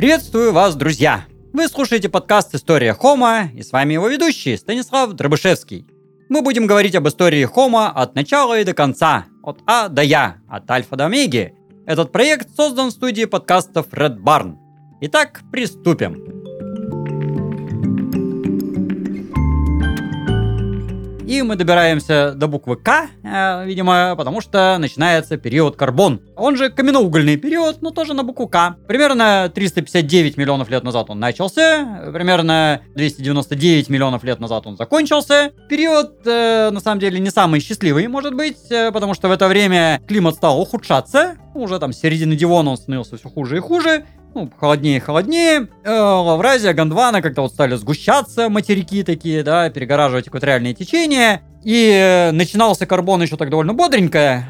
Приветствую вас, друзья! Вы слушаете подкаст «История Хома», и с вами его ведущий Станислав Дробышевский. Мы будем говорить об истории Хома от начала и до конца, от А до Я, от альфа до омеги. Этот проект создан в студии подкастов Red Barn. Итак, приступим. И мы добираемся до буквы К, видимо, потому что начинается период Карбон. Он же каменноугольный период, но тоже на букву К. Примерно 359 миллионов лет назад он начался, примерно 299 миллионов лет назад он закончился. Период, на самом деле, не самый счастливый, может быть, потому что в это время климат стал ухудшаться. Уже там с середины Девона он становился все хуже и хуже. Холоднее и холоднее. Лавразия, Гондвана как-то вот стали сгущаться, материки такие, да, перегораживать экваториальные течения. И начинался Карбон еще так довольно бодренько,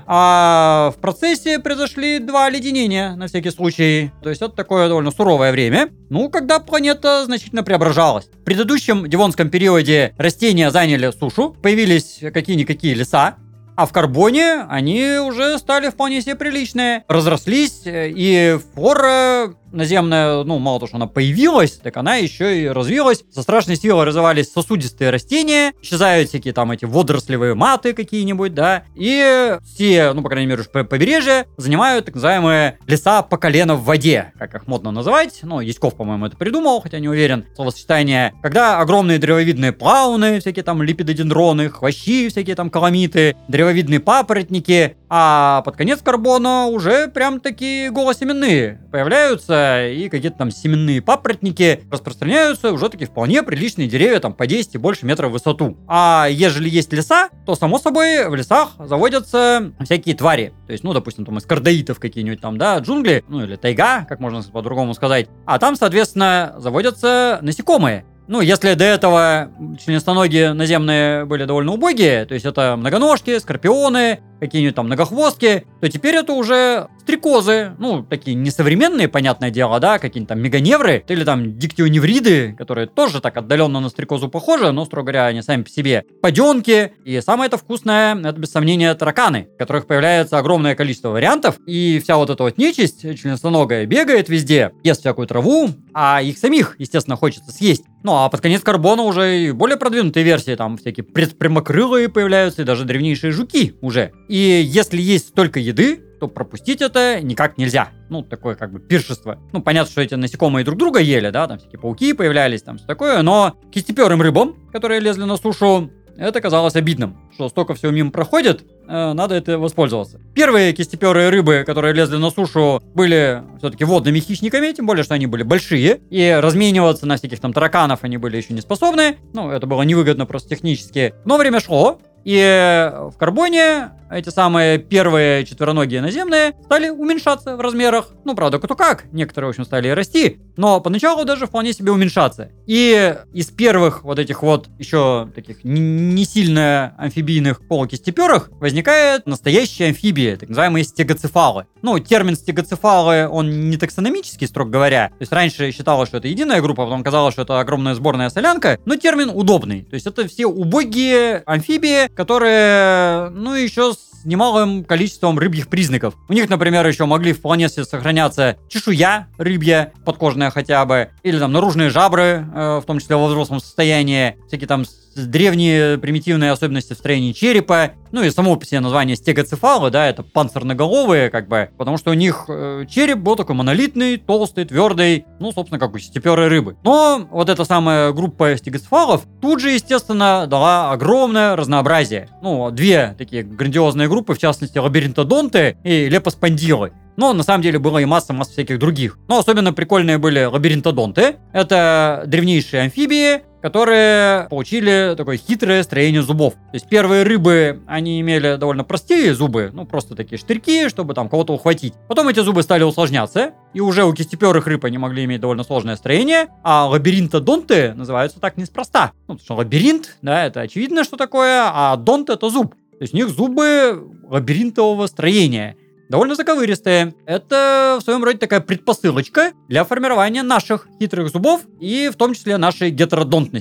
а в процессе произошли два оледенения, на всякий случай. То есть это такое довольно суровое время, когда планета значительно преображалась. В предыдущем Девонском периоде растения заняли сушу, появились какие-никакие леса. А в Карбоне они уже стали вполне себе приличные. Разрослись, и флора наземная, мало того, что она появилась, так она еще и развилась. Со страшной силой развивались сосудистые растения, исчезают всякие там эти водорослевые маты какие-нибудь, да. И все, по крайней мере, побережье занимают так называемые леса по колено в воде, как их модно называть. Яськов, по-моему, это придумал, хотя не уверен. Словосочетание. Когда огромные древовидные плауны, всякие там липидодендроны, хвощи, всякие там каламиты, древовидные папоротники, а под конец Карбона уже прям такие голосеменные появляются, и какие-то там семенные папоротники распространяются, уже такие вполне приличные деревья, там по 10 и больше метров в высоту. А ежели есть леса, то, само собой, в лесах заводятся всякие твари. То есть, допустим, там из кардаитов какие-нибудь там, да, джунгли, или тайга, как можно по-другому сказать. А там, соответственно, заводятся насекомые. Если до этого членистоногие наземные были довольно убогие, то есть это многоножки, скорпионы, какие-нибудь там многохвостки, то теперь это уже стрекозы, такие несовременные, понятное дело, да, какие-нибудь там меганевры, или там диктионевриды, которые тоже так отдаленно на стрекозу похожи, но, строго говоря, они сами по себе. Паденки, и самое это вкусное, это без сомнения тараканы, в которых появляется огромное количество вариантов, и вся вот эта вот нечисть членистоногая бегает везде, ест всякую траву, а их самих, естественно, хочется съесть. А под конец Карбона уже и более продвинутые версии, там всякие предпрямокрылые появляются, и даже древнейшие жуки уже. И если есть столько еды, то пропустить это никак нельзя. Такое как бы пиршество. Понятно, что эти насекомые друг друга ели, да, там всякие пауки появлялись, там все такое, но кистеперым рыбам, которые лезли на сушу, это казалось обидным, что столько всего мимо проходит, надо это воспользоваться. Первые кистеперые рыбы, которые лезли на сушу, были все-таки водными хищниками, тем более, что они были большие, и размениваться на всяких там тараканов они были еще не способны. Это было невыгодно просто технически. Но время шло, и в Карбоне эти самые первые четвероногие наземные стали уменьшаться в размерах. Правда, кто как. Некоторые, в общем, стали расти, но поначалу даже вполне себе уменьшаться. И из первых вот этих вот еще таких не сильно амфибийных полукистеперых возникает настоящие амфибии, так называемые стегоцефалы. Термин стегоцефалы, он не таксономический, строго говоря. То есть раньше считалось, что это единая группа, потом казалось, что это огромная сборная солянка, но термин удобный. То есть это все убогие амфибии, которые, еще с немалым количеством рыбьих признаков. У них, например, еще могли вполне себе сохраняться чешуя рыбья, подкожная хотя бы, или там наружные жабры, в том числе во взрослом состоянии, всякие там древние примитивные особенности в строении черепа, и само по себе название стегоцефалы, да, это панцирноголовые, как бы, потому что у них череп был такой монолитный, толстый, твердый, собственно, как у кистеперой рыбы. Но вот эта самая группа стегоцефалов тут же, естественно, дала огромное разнообразие. Две такие грандиозные группы, в частности, лабиринтодонты и лепоспондилы. Но на самом деле было и масса всяких других. Но особенно прикольные были лабиринтодонты. Это древнейшие амфибии, которые получили такое хитрое строение зубов. То есть первые рыбы, они имели довольно простые зубы, просто такие штырьки, чтобы там кого-то ухватить. Потом эти зубы стали усложняться, и уже у кистеперых рыб они могли иметь довольно сложное строение, а лабиринтодонты называются так неспроста. Потому что лабиринт, да, это очевидно, что такое, а донт — это зуб. То есть у них зубы лабиринтового строения. Довольно заковыристые. Это в своем роде такая предпосылочка для формирования наших хитрых зубов и в том числе нашей гетеродонтности.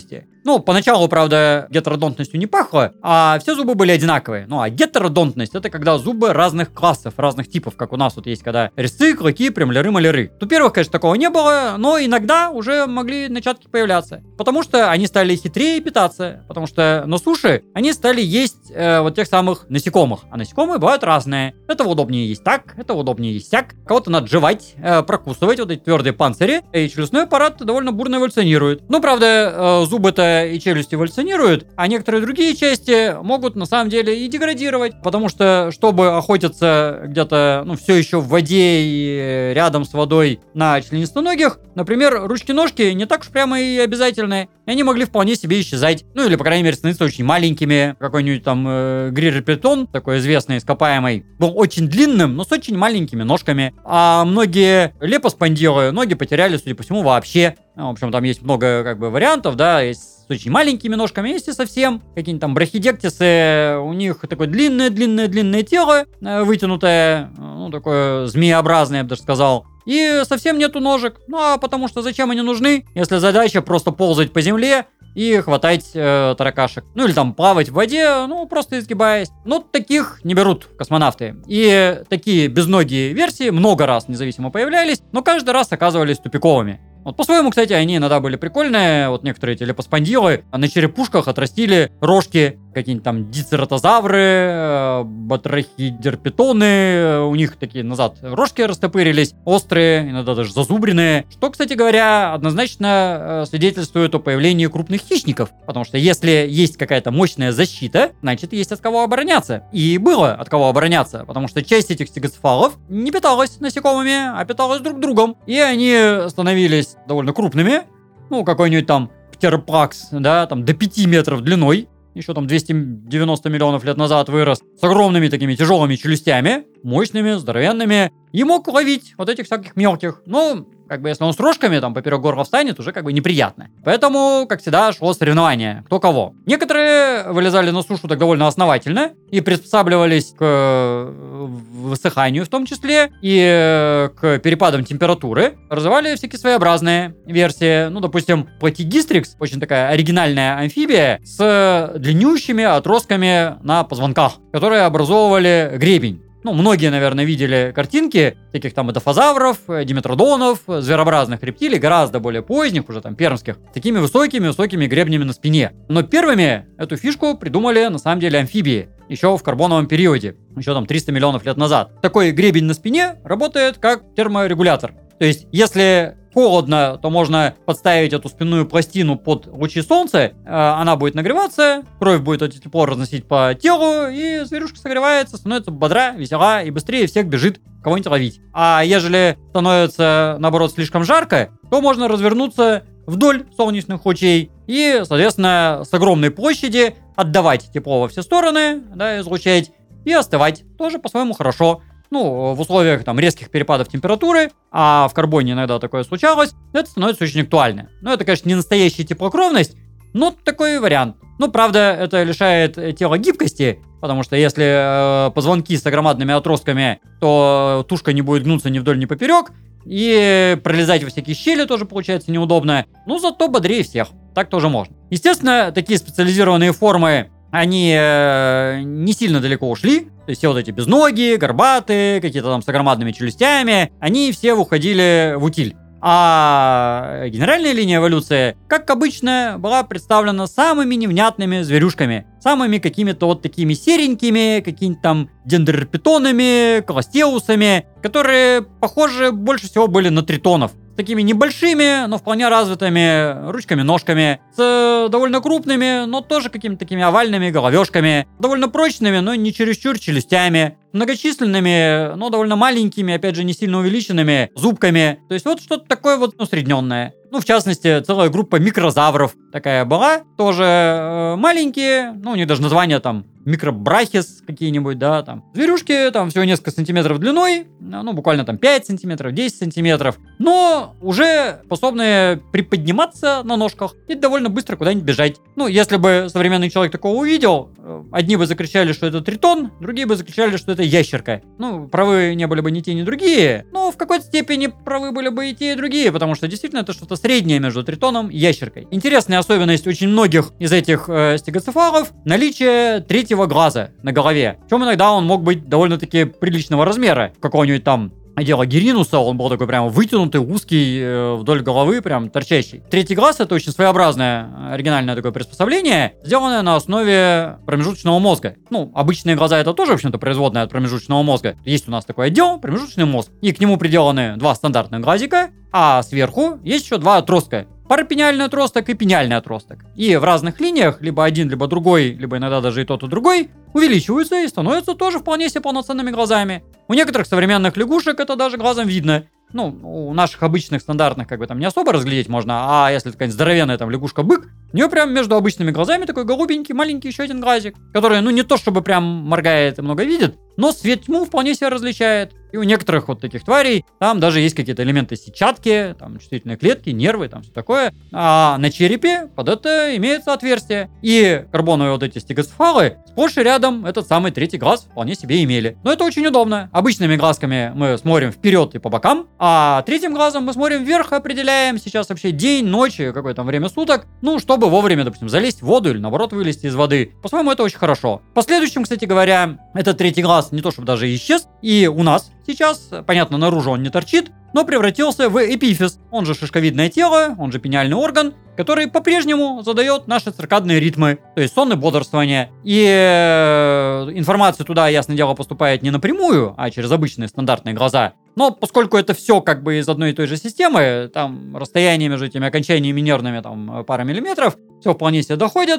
Ну, поначалу, правда, гетеродонтностью не пахло, а все зубы были одинаковые. Ну, а гетеродонтность — это когда зубы разных классов, разных типов, как у нас вот есть, когда резцы, клыки, премоляры, маляры. У первых, конечно, такого не было, но иногда уже могли начатки появляться. Потому что они стали хитрее питаться, потому что на суше они стали есть вот тех самых насекомых. А насекомые бывают разные. Это удобнее есть так, это удобнее есть сяк. Кого-то надо жевать, прокусывать вот эти твердые панцири, и челюстной аппарат довольно бурно эволюционирует. Ну, правда, зубы-то и челюсти эволюционируют, а некоторые другие части могут на самом деле и деградировать, потому что, чтобы охотиться где-то, ну, все еще в воде и рядом с водой на членистоногих, например, ручки-ножки не так уж прямо и обязательны, и они могли вполне себе исчезать. Ну, или, по крайней мере, становиться очень маленькими. Какой-нибудь там гририпитон, такой известный, ископаемый, был очень длинным, но с очень маленькими ножками. А многие лепоспондилы ноги потеряли, судя по всему, вообще. Ну, в общем, там есть много как бы вариантов, да, есть с очень маленькими ножками, есть и совсем. Какие-нибудь там брахидектисы, у них такое длинное тело, вытянутое, ну, такое змееобразное, я бы даже сказал. И совсем нету ножек. Ну, а потому что зачем они нужны, если задача просто ползать по земле и хватать таракашек. Ну, или там плавать в воде, ну, просто изгибаясь. Но таких не берут космонавты. И такие безногие версии много раз независимо появлялись, но каждый раз оказывались тупиковыми. Вот по-своему, кстати, они иногда были прикольные. Вот некоторые эти лепоспондилы на черепушках отрастили рожки. Какие-нибудь там дицератозавры, батрахидерпитоны. У них такие назад рожки растопырились, острые, иногда даже зазубренные. Что, кстати говоря, однозначно свидетельствует о появлении крупных хищников. Потому что если есть какая-то мощная защита, значит, есть от кого обороняться. И было от кого обороняться, потому что часть этих стегоцефалов не питалась насекомыми, а питалась друг другом. И они становились довольно крупными. Ну, какой-нибудь там птеропакс, да, там до 5 метров длиной. Еще там 290 миллионов лет назад вырос. С огромными такими тяжелыми челюстями. Мощными, здоровенными. И мог ловить вот этих всяких мелких. Ну, как бы если он с рожками там поперек горла встанет, уже как бы неприятно. Поэтому, как всегда, шло соревнование. Кто кого. Некоторые вылезали на сушу так довольно основательно. И приспосабливались к высыханию в том числе. И к перепадам температуры. Развивали всякие своеобразные версии. Ну, допустим, платигистрикс. Очень такая оригинальная амфибия. С длиннющими отростками на позвонках. Которые образовывали гребень. Ну, многие, наверное, видели картинки таких там эдофазавров, диметродонов, зверообразных рептилий, гораздо более поздних, уже там пермских, с такими высокими гребнями на спине. Но первыми эту фишку придумали, на самом деле, амфибии. Еще в карбоновом периоде, еще там 300 миллионов лет назад. Такой гребень на спине работает как терморегулятор. То есть, если холодно, то можно подставить эту спинную пластину под лучи солнца, она будет нагреваться, кровь будет это тепло разносить по телу, и зверюшка согревается, становится бодра, весела и быстрее всех бежит кого-нибудь ловить. А ежели становится, наоборот, слишком жарко, то можно развернуться вдоль солнечных лучей и, соответственно, с огромной площади отдавать тепло во все стороны, да, излучать, и остывать. Тоже по-своему хорошо. Ну, в условиях там резких перепадов температуры, а в карбоне иногда такое случалось, это становится очень актуально. Ну, это, конечно, не настоящая теплокровность, но такой вариант. Ну, правда, это лишает тела гибкости, потому что если позвонки с огромадными отростками, то тушка не будет гнуться ни вдоль, ни поперек, и пролезать во всякие щели тоже получается неудобно. Ну, зато бодрее всех. Так тоже можно. Естественно, такие специализированные формы, они не сильно далеко ушли. То есть все вот эти безногие, горбатые, какие-то там с огромадными челюстями, они все уходили в утиль. А генеральная линия эволюции, как обычно, была представлена самыми невнятными зверюшками. Самыми какими-то вот такими серенькими, какими-то там дендрерпитонами, колостеусами, которые, похоже, больше всего были на тритонов. С такими небольшими, но вполне развитыми ручками-ножками, с довольно крупными, но тоже какими-то такими овальными головешками, довольно прочными, но не чересчур челюстями, многочисленными, но довольно маленькими, опять же, не сильно увеличенными зубками. То есть вот что-то такое вот усредненное. Ну, в частности, целая группа микрозавров такая была, тоже маленькие, ну, у них даже название там микробрахис какие-нибудь, да, там. Зверюшки там всего несколько сантиметров длиной, ну, буквально там 5 сантиметров, 10 сантиметров, но уже способные приподниматься на ножках и довольно быстро куда-нибудь бежать. Ну, если бы современный человек такого увидел, одни бы закричали, что это тритон, другие бы закричали, что это ящерка. Ну, правы не были бы ни те, ни другие, но в какой-то степени правы были бы и те, и другие, потому что действительно это что-то среднее между тритоном и ящеркой. Интересная особенность очень многих из этих стегоцефалов — наличие третьего глаза на голове. Причем иногда он мог быть довольно-таки приличного размера. Какого-нибудь там Дело Геринуса, он был такой прям вытянутый, узкий, вдоль головы, прям торчащий. Третий глаз — это очень своеобразное, оригинальное такое приспособление, сделанное на основе промежуточного мозга. Ну, обычные глаза — это тоже, в общем-то, производные от промежуточного мозга. Есть у нас такой отдел, промежуточный мозг, и к нему приделаны два стандартных глазика, а сверху есть еще два отростка. Парапениальный отросток и пениальный отросток. И в разных линиях, либо один, либо другой, либо иногда даже и тот, и другой, увеличиваются и становятся тоже вполне себе полноценными глазами. У некоторых современных лягушек это даже глазом видно. Ну, у наших обычных стандартных как бы там не особо разглядеть можно, а если такая здоровенная там лягушка-бык, у нее прям между обычными глазами такой голубенький, маленький еще один глазик, который, ну, не то чтобы прям моргает и много видит, но свет тьму вполне себе различает. И у некоторых вот таких тварей там даже есть какие-то элементы сетчатки, там чувствительные клетки, нервы, там все такое. А на черепе под это имеется отверстие. И карбоновые вот эти стегоцефалы сплошь и рядом этот самый третий глаз вполне себе имели. Но это очень удобно. Обычными глазками мы смотрим вперед и по бокам, а третьим глазом мы смотрим вверх, определяем сейчас вообще день, ночь, какое там время суток, ну, чтобы вовремя, допустим, залезть в воду или наоборот вылезти из воды. По-своему, это очень хорошо. В последующем, кстати говоря, этот третий глаз не то чтобы даже исчез, и у нас сейчас, понятно, наружу он не торчит, но превратился в эпифиз, он же шишковидное тело, он же пениальный орган, который по-прежнему задает наши циркадные ритмы, то есть сон и бодрствование. И информация туда, ясное дело, поступает не напрямую, а через обычные стандартные глаза. Но поскольку это все как бы из одной и той же системы, там расстояние между этими окончаниями нервными там пара миллиметров, все вполне себе доходит.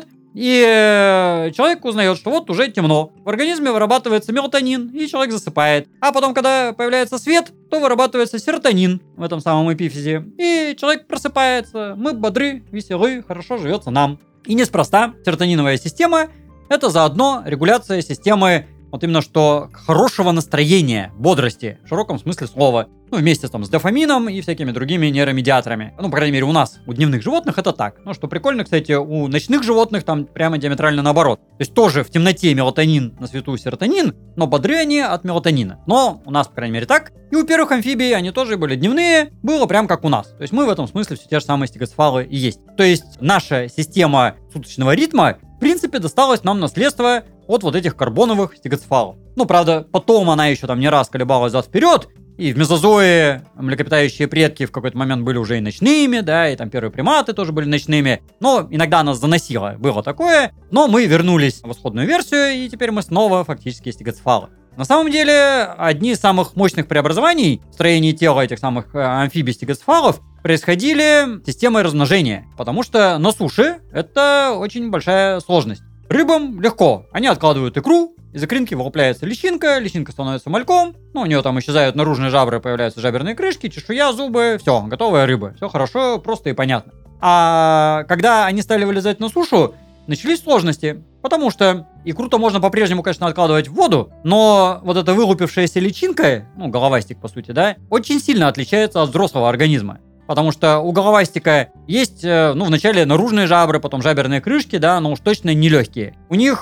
И человек узнает, что вот уже темно. В организме вырабатывается мелатонин, и человек засыпает. А потом, когда появляется свет, то вырабатывается серотонин в этом самом эпифизе. И человек просыпается. Мы бодры, веселы, хорошо живется нам. И неспроста серотониновая система — это заодно регуляция системы вот именно что хорошего настроения, бодрости, в широком смысле слова. Ну, вместе там с дофамином и всякими другими нейромедиаторами. Ну, по крайней мере, у нас, у дневных животных это так. Ну, что прикольно, кстати, у ночных животных там прямо диаметрально наоборот. То есть тоже в темноте мелатонин, на свету серотонин, но бодры они от мелатонина. Но у нас, по крайней мере, так. И у первых амфибий они тоже были дневные, было прям как у нас. То есть мы в этом смысле все те же самые стегоцефалы и есть. То есть наша система суточного ритма, в принципе, досталась нам наследство от вот этих карбоновых стегоцефалов. Ну, правда, потом она еще там не раз колебалась зад-вперед, и в мезозое млекопитающие предки в какой-то момент были уже и ночными, да, и там первые приматы тоже были ночными. Но иногда нас заносило, было такое. Но мы вернулись в исходную версию, и теперь мы снова фактически стегоцефалы. На самом деле, одни из самых мощных преобразований в строении тела этих самых амфибий-стегоцефалов происходили системой размножения, потому что на суше это очень большая сложность. Рыбам легко, они откладывают икру, из икринки вылупляется личинка, личинка становится мальком, ну, у нее там исчезают наружные жабры, появляются жаберные крышки, чешуя, зубы, все, готовая рыба, все хорошо, просто и понятно. А когда они стали вылезать на сушу, начались сложности, потому что икру-то можно по-прежнему, конечно, откладывать в воду, но вот эта вылупившаяся личинка, ну, головастик, по сути, да, очень сильно отличается от взрослого организма. Потому что у головастика есть, ну, вначале наружные жабры, потом жаберные крышки, да, но уж точно не легкие. У них,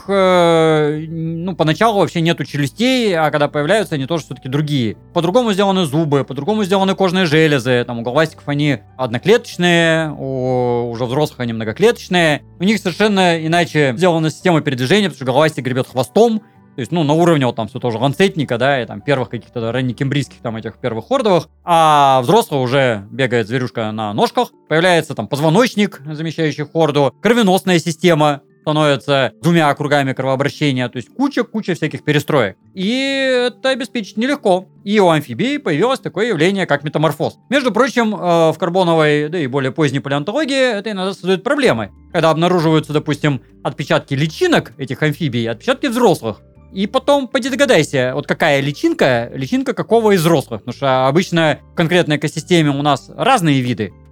ну, поначалу вообще нету челюстей, а когда появляются, они тоже все-таки другие. По-другому сделаны зубы, по-другому сделаны кожные железы. Там у головастиков они одноклеточные, у уже взрослых они многоклеточные. У них совершенно иначе сделана система передвижения, потому что головастик гребет хвостом. То есть, ну, на уровне вот там все тоже ланцетника, да, и там первых каких-то раннекембрийских там этих первых хордовых. А взрослый уже бегает зверюшка на ножках. Появляется там позвоночник, замещающий хорду. Кровеносная система становится двумя кругами кровообращения. То есть куча всяких перестроек. И это обеспечить нелегко. И у амфибий появилось такое явление, как метаморфоз. Между прочим, в карбоновой, да и более поздней палеонтологии это иногда создает проблемы. Когда обнаруживаются, допустим, отпечатки личинок этих амфибий, отпечатки взрослых. И потом, поди догадайся, вот какая личинка какого из взрослых. Потому что обычно в конкретной экосистеме у нас разные виды.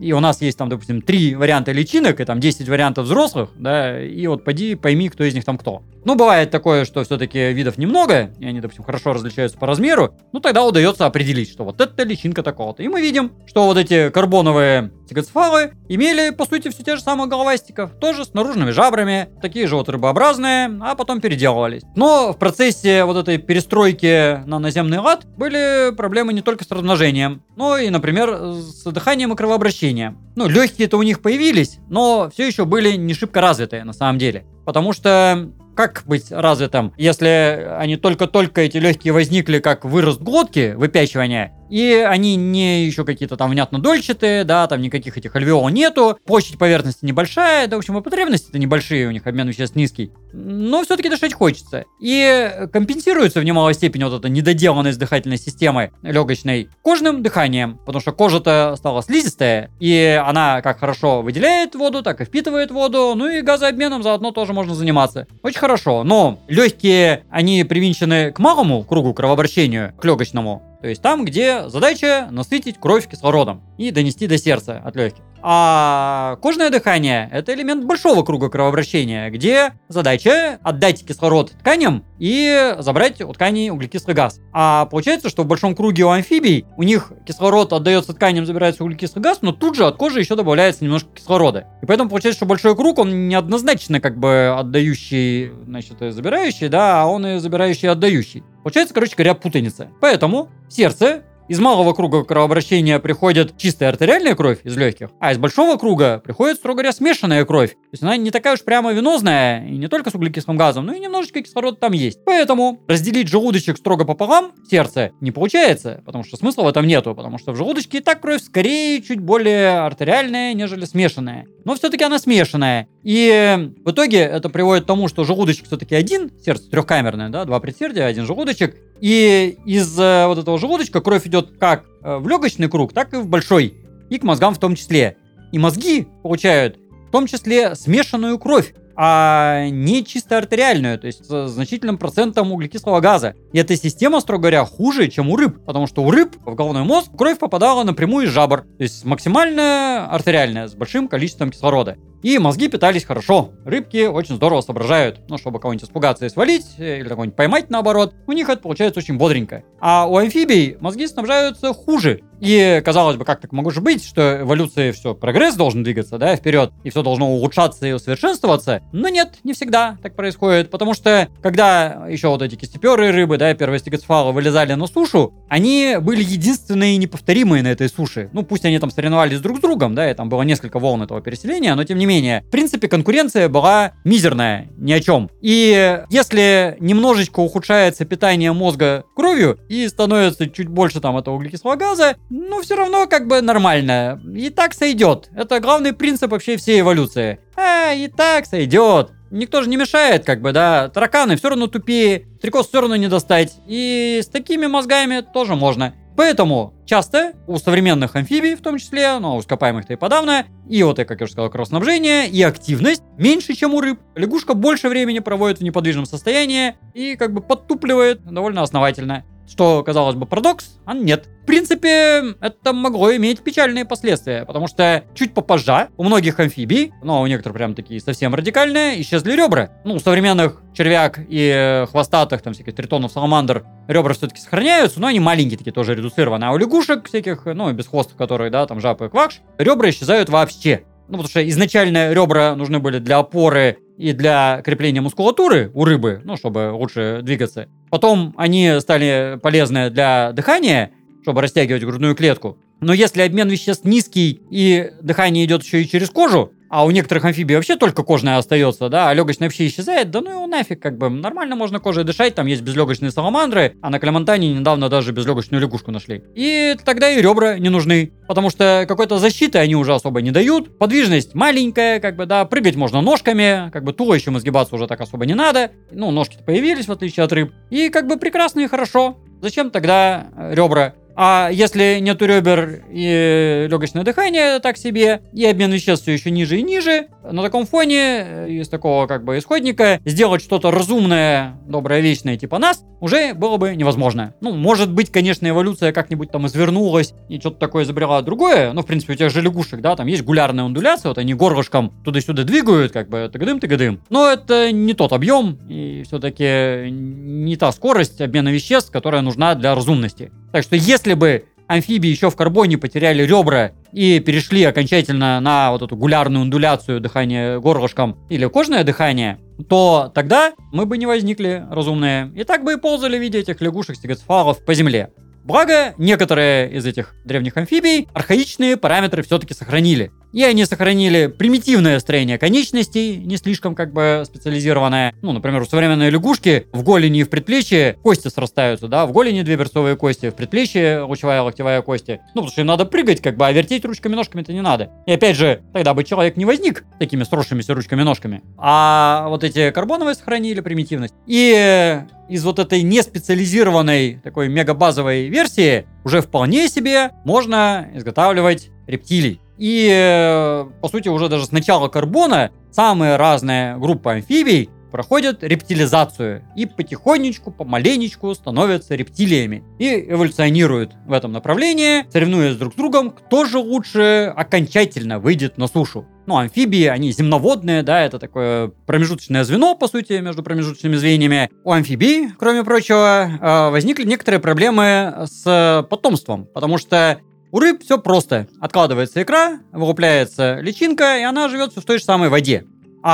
и у нас есть там, допустим, 3 варианта личинок, и там 10 вариантов взрослых, да, и вот поди пойми, кто из них там кто. Ну, бывает такое, что все-таки видов немного, и они, допустим, хорошо различаются по размеру, ну, тогда удается определить, что вот это личинка такого-то. И мы видим, что вот эти карбоновые стегоцефалы имели, по сути, все те же самые головастиков, тоже с наружными жабрами, такие же вот рыбообразные, а потом переделывались. Но в процессе вот этой перестройки на наземный лад были проблемы не только с размножением, но и, например, с дыханием и кровообращением. Ну, легкие-то у них появились, но все еще были не шибко развитые на самом деле. Потому что как быть развитым, если они только-только эти легкие возникли как вырост глотки, выпячивание, и они не еще какие-то там внятно дольчатые, да, там никаких этих альвеол нету, площадь поверхности небольшая, да, в общем, и потребности-то небольшие, у них обмен веществ низкий, но все-таки дышать хочется. И компенсируется в немалой степени вот эта недоделанность дыхательной системы легочной кожным дыханием, потому что кожа-то стала слизистая, и она как хорошо выделяет воду, так и впитывает воду, ну и газообменом заодно тоже можно заниматься. Очень хорошо, но легкие, они привинчены к малому кругу кровообращению, к легочному. То есть там, где задача насытить кровь кислородом и донести до сердца от легких. А кожное дыхание – это элемент большого круга кровообращения, где задача отдать кислород тканям и забрать у тканей углекислый газ. А получается, что в большом круге у амфибий у них кислород отдается тканям, забирается углекислый газ, но тут же от кожи еще добавляется немножко кислорода. И поэтому получается, что большой круг, он неоднозначно как бы отдающий, значит, и забирающий, да, а он и забирающий и отдающий. Получается, короче говоря, путаница. Поэтому сердце из малого круга кровообращения приходит чистая артериальная кровь из легких, а из большого круга приходит, строго говоря, смешанная кровь. То есть она не такая уж прямо венозная, и не только с углекислым газом, но и немножечко кислорода там есть. Поэтому разделить желудочек строго пополам, сердце, не получается, потому что смысла в этом нету, потому что в желудочке и так кровь скорее чуть более артериальная, нежели смешанная. Но все-таки она смешанная. И в итоге это приводит к тому, что желудочек все-таки один, сердце трехкамерное, да, 2 предсердия, 1 желудочек. И из вот этого желудочка кровь идет как в легочный круг, так и в большой. И к мозгам в том числе. И мозги получают в том числе смешанную кровь, а не чисто артериальную, то есть с значительным процентом углекислого газа. И эта система, строго говоря, хуже, чем у рыб, потому что у рыб в головной мозг кровь попадала напрямую из жабр, то есть максимально артериальная, с большим количеством кислорода. И мозги питались хорошо. Рыбки очень здорово соображают. Ну, чтобы кого-нибудь испугаться и свалить, или кого-нибудь поймать наоборот, у них это получается очень бодренько. А у амфибий мозги снабжаются хуже. И, казалось бы, как так может быть, что эволюции все, прогресс должен двигаться, да, вперед, и все должно улучшаться и усовершенствоваться. Но нет, не всегда так происходит, потому что, когда еще вот эти кистеперые рыбы, да, первые стегоцефалы вылезали на сушу, они были единственные и неповторимые на этой суше. Ну, пусть они там соревновались друг с другом, да, и там было несколько волн этого переселения, но тем не менее, в принципе, конкуренция была мизерная, ни о чем. И если немножечко ухудшается питание мозга кровью и становится чуть больше там этого углекислого газа, ну, все равно как бы нормально. И так сойдет. Это главный принцип вообще всей эволюции. И так сойдет. Никто же не мешает, как бы, да. Тараканы все равно тупее, стрекоз все равно не достать. И с такими мозгами тоже можно. Поэтому часто у современных амфибий, в том числе, но у ископаемых-то и подавно, и вот, как я уже сказал, кровоснабжение и активность меньше, чем у рыб. Лягушка больше времени проводит в неподвижном состоянии и как бы подтупливает довольно основательно. Что, казалось бы, парадокс, а нет. В принципе, это могло иметь печальные последствия, потому что чуть попозже у многих амфибий, но у некоторых прям такие совсем радикальные, исчезли ребра. Ну, у современных червяк и хвостатых, там всяких тритонов, саламандр, ребра все-таки сохраняются, но они маленькие такие, тоже редуцированы. А у лягушек всяких, ну, без хвостов, которые, да, там жаб и квакш, ребра исчезают вообще. Ну, потому что изначально ребра нужны были для опоры и для крепления мускулатуры у рыбы, ну, чтобы лучше двигаться. Потом они стали полезны для дыхания, чтобы растягивать грудную клетку. Но если обмен веществ низкий и дыхание идет еще и через кожу, а у некоторых амфибий вообще только кожная остается, да, а легочная вообще исчезает, да ну его нафиг, как бы, нормально можно кожей дышать, там есть безлегочные саламандры, а на Калимантане недавно даже безлегочную лягушку нашли. И тогда и ребра не нужны, потому что какой-то защиты они уже особо не дают, подвижность маленькая, как бы, да, прыгать можно ножками, как бы туловищем изгибаться уже так особо не надо, ну, ножки-то появились, в отличие от рыб, и как бы прекрасно и хорошо. Зачем тогда ребра? А если нету ребер и легочное дыхание так себе, и обмен веществ все еще ниже и ниже, на таком фоне из такого как бы исходника сделать что-то разумное, доброе, вечное типа нас уже было бы невозможно. Ну, может быть, конечно, эволюция как-нибудь там извернулась и что-то такое изобрела другое, но, в принципе, у тех же лягушек, да, там есть гулярная ундуляция, вот они горлышком туда-сюда двигают, как бы тыгадым-тыгадым. Но это не тот объем и все-таки не та скорость обмена веществ, которая нужна для разумности. Так что если бы амфибии еще в карбоне потеряли ребра и перешли окончательно на вот эту гулярную ундуляцию, дыхание горлышком или кожное дыхание, то тогда мы бы не возникли разумные. И так бы и ползали в виде этих лягушек-стегоцефалов по земле. Благо, некоторые из этих древних амфибий архаичные параметры все-таки сохранили. И они сохранили примитивное строение конечностей, не слишком как бы специализированное. Ну, например, у современной лягушки в голени и в предплечье кости срастаются, да, в голени 2 берцовые кости, в предплечье лучевая и локтевая кости. Ну, потому что им надо прыгать, как бы, а вертеть ручками-ножками-то не надо. И опять же, тогда бы человек не возник такими сросшимися ручками-ножками. А вот эти карбоновые сохранили примитивность. И из вот этой неспециализированной такой мегабазовой версии уже вполне себе можно изготавливать рептилий. И, по сути, уже даже с начала карбона самые разные группы амфибий проходят рептилизацию и потихонечку, помаленечку становятся рептилиями и эволюционируют в этом направлении, соревнуясь друг с другом, кто же лучше окончательно выйдет на сушу. Ну, амфибии, они земноводные, да, это такое промежуточное звено, по сути, между промежуточными звеньями. У амфибий, кроме прочего, возникли некоторые проблемы с потомством, потому что у рыб все просто. Откладывается икра, вылупляется личинка, и она живет все в той же самой воде.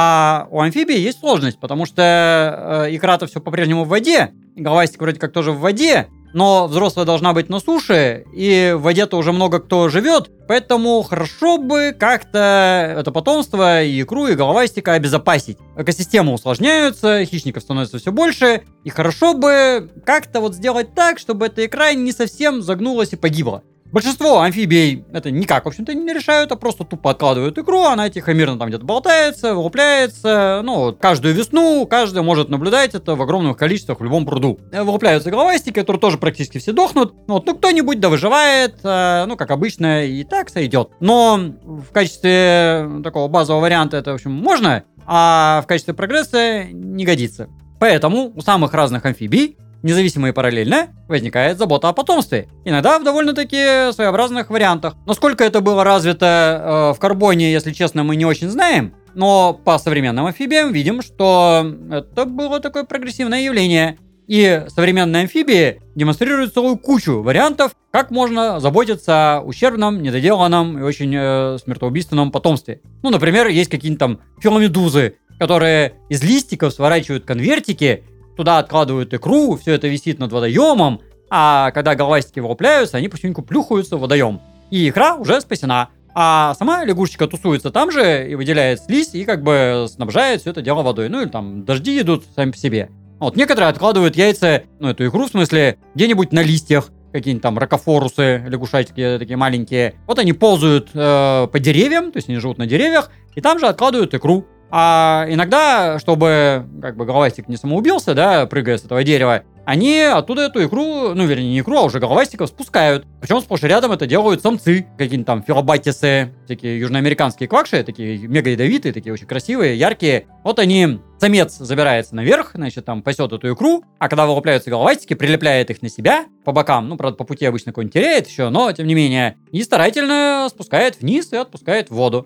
А у амфибии есть сложность, потому что икра-то все по-прежнему в воде, и головастик вроде как тоже в воде, но взрослая должна быть на суше, и в воде-то уже много кто живет, поэтому хорошо бы как-то это потомство, и икру, и головастика обезопасить. Экосистемы усложняются, хищников становится все больше, и хорошо бы как-то вот сделать так, чтобы эта икра не совсем загнулась и погибла. Большинство амфибий это никак, в общем-то, не решают, а просто тупо откладывают икру, она тихо-мирно там где-то болтается, вылупляется. Ну, каждую весну каждый может наблюдать это в огромных количествах в любом пруду. Вылупляются головастики, которые тоже практически все дохнут. Вот, ну, кто-нибудь да выживает, ну, как обычно, и так сойдет. Но в качестве такого базового варианта это, в общем, можно, а в качестве прогресса не годится. Поэтому у самых разных амфибий независимо и параллельно возникает забота о потомстве. Иногда в довольно-таки своеобразных вариантах. Насколько это было развито в карбоне, если честно, мы не очень знаем. Но по современным амфибиям видим, что это было такое прогрессивное явление. И современные амфибии демонстрируют целую кучу вариантов, как можно заботиться о ущербном, недоделанном и очень смертоубийственном потомстве. Ну, например, есть какие-нибудь там филомедузы, которые из листиков сворачивают конвертики, туда откладывают икру, все это висит над водоемом, а когда головастики вылупляются, они потихоньку плюхаются в водоем. И икра уже спасена. А сама лягушечка тусуется там же и выделяет слизь, и как бы снабжает все это дело водой. Ну или там дожди идут сами по себе. Вот некоторые откладывают яйца, ну эту икру в смысле, где-нибудь на листьях. Какие-нибудь там ракофорусы, лягушатики такие маленькие. Вот они ползают по деревьям, то есть они живут на деревьях, и там же откладывают икру. А иногда, чтобы как бы головастик не самоубился, да, прыгая с этого дерева, они оттуда эту икру, ну, вернее, не икру, а уже головастиков спускают. Причем сплошь и рядом это делают самцы. Какие-нибудь там филобатисы, такие южноамериканские квакши, такие мега ядовитые, такие очень красивые, яркие. Вот они, самец забирается наверх, значит, там пасет эту икру, а когда вылупляются головастики, прилепляет их на себя по бокам. Ну, правда, по пути обычно какой-нибудь теряет еще, но, тем не менее, и старательно спускает вниз и отпускает в воду.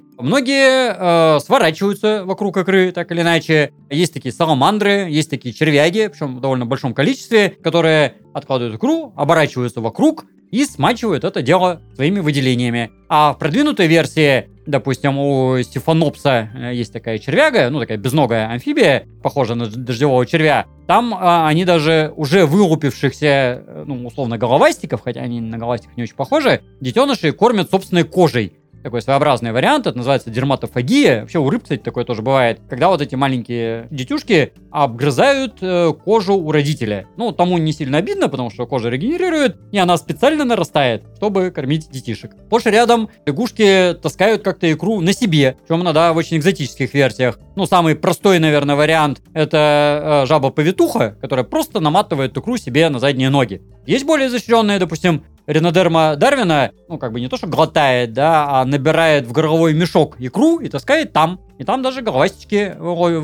Многие сворачиваются вокруг икры, так или иначе. Есть такие саламандры, есть такие червяги, причем в довольно большом количестве, которые откладывают икру, оборачиваются вокруг и смачивают это дело своими выделениями. А в продвинутой версии, допустим, у стефанопса есть такая червяга, ну такая безногая амфибия, похожая на дождевого червя. Там они даже уже вылупившихся, ну условно, головастиков, хотя они на головастиков не очень похожи, детенышей кормят собственной кожей. Такой своеобразный вариант, это называется дерматофагия. Вообще у рыб, кстати, такое тоже бывает. Когда вот эти маленькие детюшки обгрызают кожу у родителя. Ну, тому не сильно обидно, потому что кожа регенерирует, и она специально нарастает, чтобы кормить детишек. Сплошь и рядом лягушки таскают как-то икру на себе, причем иногда в очень экзотических версиях. Ну, самый простой, наверное, вариант — это жаба-повитуха, которая просто наматывает икру себе на задние ноги. Есть более изощренные, допустим, Ринодерма Дарвина, ну, как бы не то, что глотает, да, а набирает в горловой мешок икру и таскает там. И там даже головастички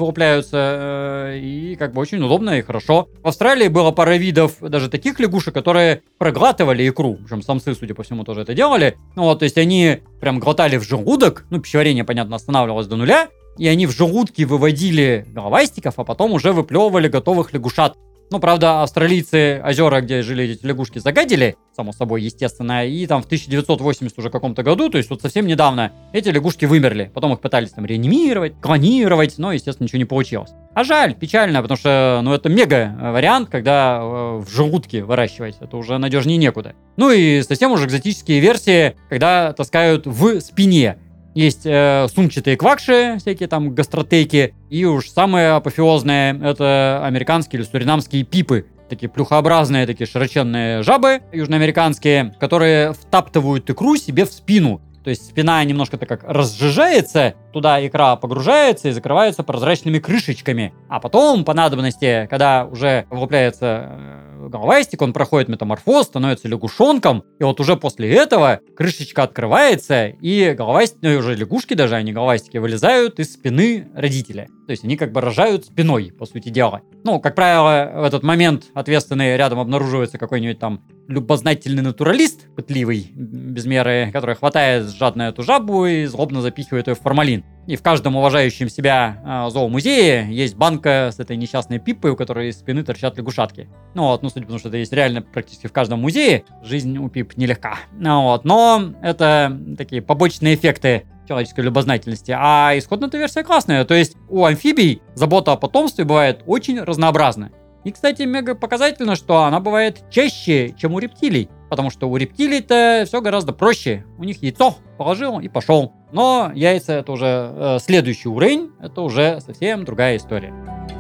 вылупляются, и как бы очень удобно и хорошо. В Австралии было пара видов даже таких лягушек, которые проглатывали икру. Причем самцы, судя по всему, тоже это делали. Ну, вот, то есть они прям глотали в желудок, ну, пищеварение, понятно, останавливалось до нуля, и они в желудке выводили головастиков, а потом уже выплевывали готовых лягушат. Ну, правда, австралийцы озера, где жили эти лягушки, загадили, само собой, естественно, и там в 1980 уже каком-то году, то есть вот совсем недавно, эти лягушки вымерли. Потом их пытались там реанимировать, клонировать, но, естественно, ничего не получилось. А жаль, печально, потому что, ну, это мега вариант, когда в желудке выращивать, это уже надежнее некуда. Ну и совсем уже экзотические версии, когда таскают в спине. Есть сумчатые квакши, всякие там гастротеки, и уж самые апофеозные это американские или суринамские пипы. Такие плюхообразные, такие широченные жабы южноамериканские, которые втаптывают икру себе в спину. То есть спина немножко так как разжижается, туда икра погружается и закрывается прозрачными крышечками. А потом, по надобности, когда уже вылупляется головастик, он проходит метаморфоз, становится лягушонком, и вот уже после этого крышечка открывается, и головастики, ну и уже лягушки даже, а не головастики, вылезают из спины родителя. То есть они как бы рожают спиной, по сути дела. Ну, как правило, в этот момент ответственный рядом обнаруживается какой-нибудь там любознательный натуралист, пытливый, без меры, который хватает жадно эту жабу и злобно запихивает ее в формалин. И в каждом уважающем себя зоомузее есть банка с этой несчастной пипой, у которой из спины торчат лягушатки. Ну вот, ну судя по тому, что это есть реально практически в каждом музее, жизнь у пип нелегка. Ну вот, но это такие побочные эффекты человеческой любознательности. А исходная-то версия классная. То есть у амфибий забота о потомстве бывает очень разнообразная. И, кстати, мега показательно, что она бывает чаще, чем у рептилий. Потому что у рептилий-то все гораздо проще. У них яйцо положил и пошел. Но яйца это уже следующий уровень, это уже совсем другая история.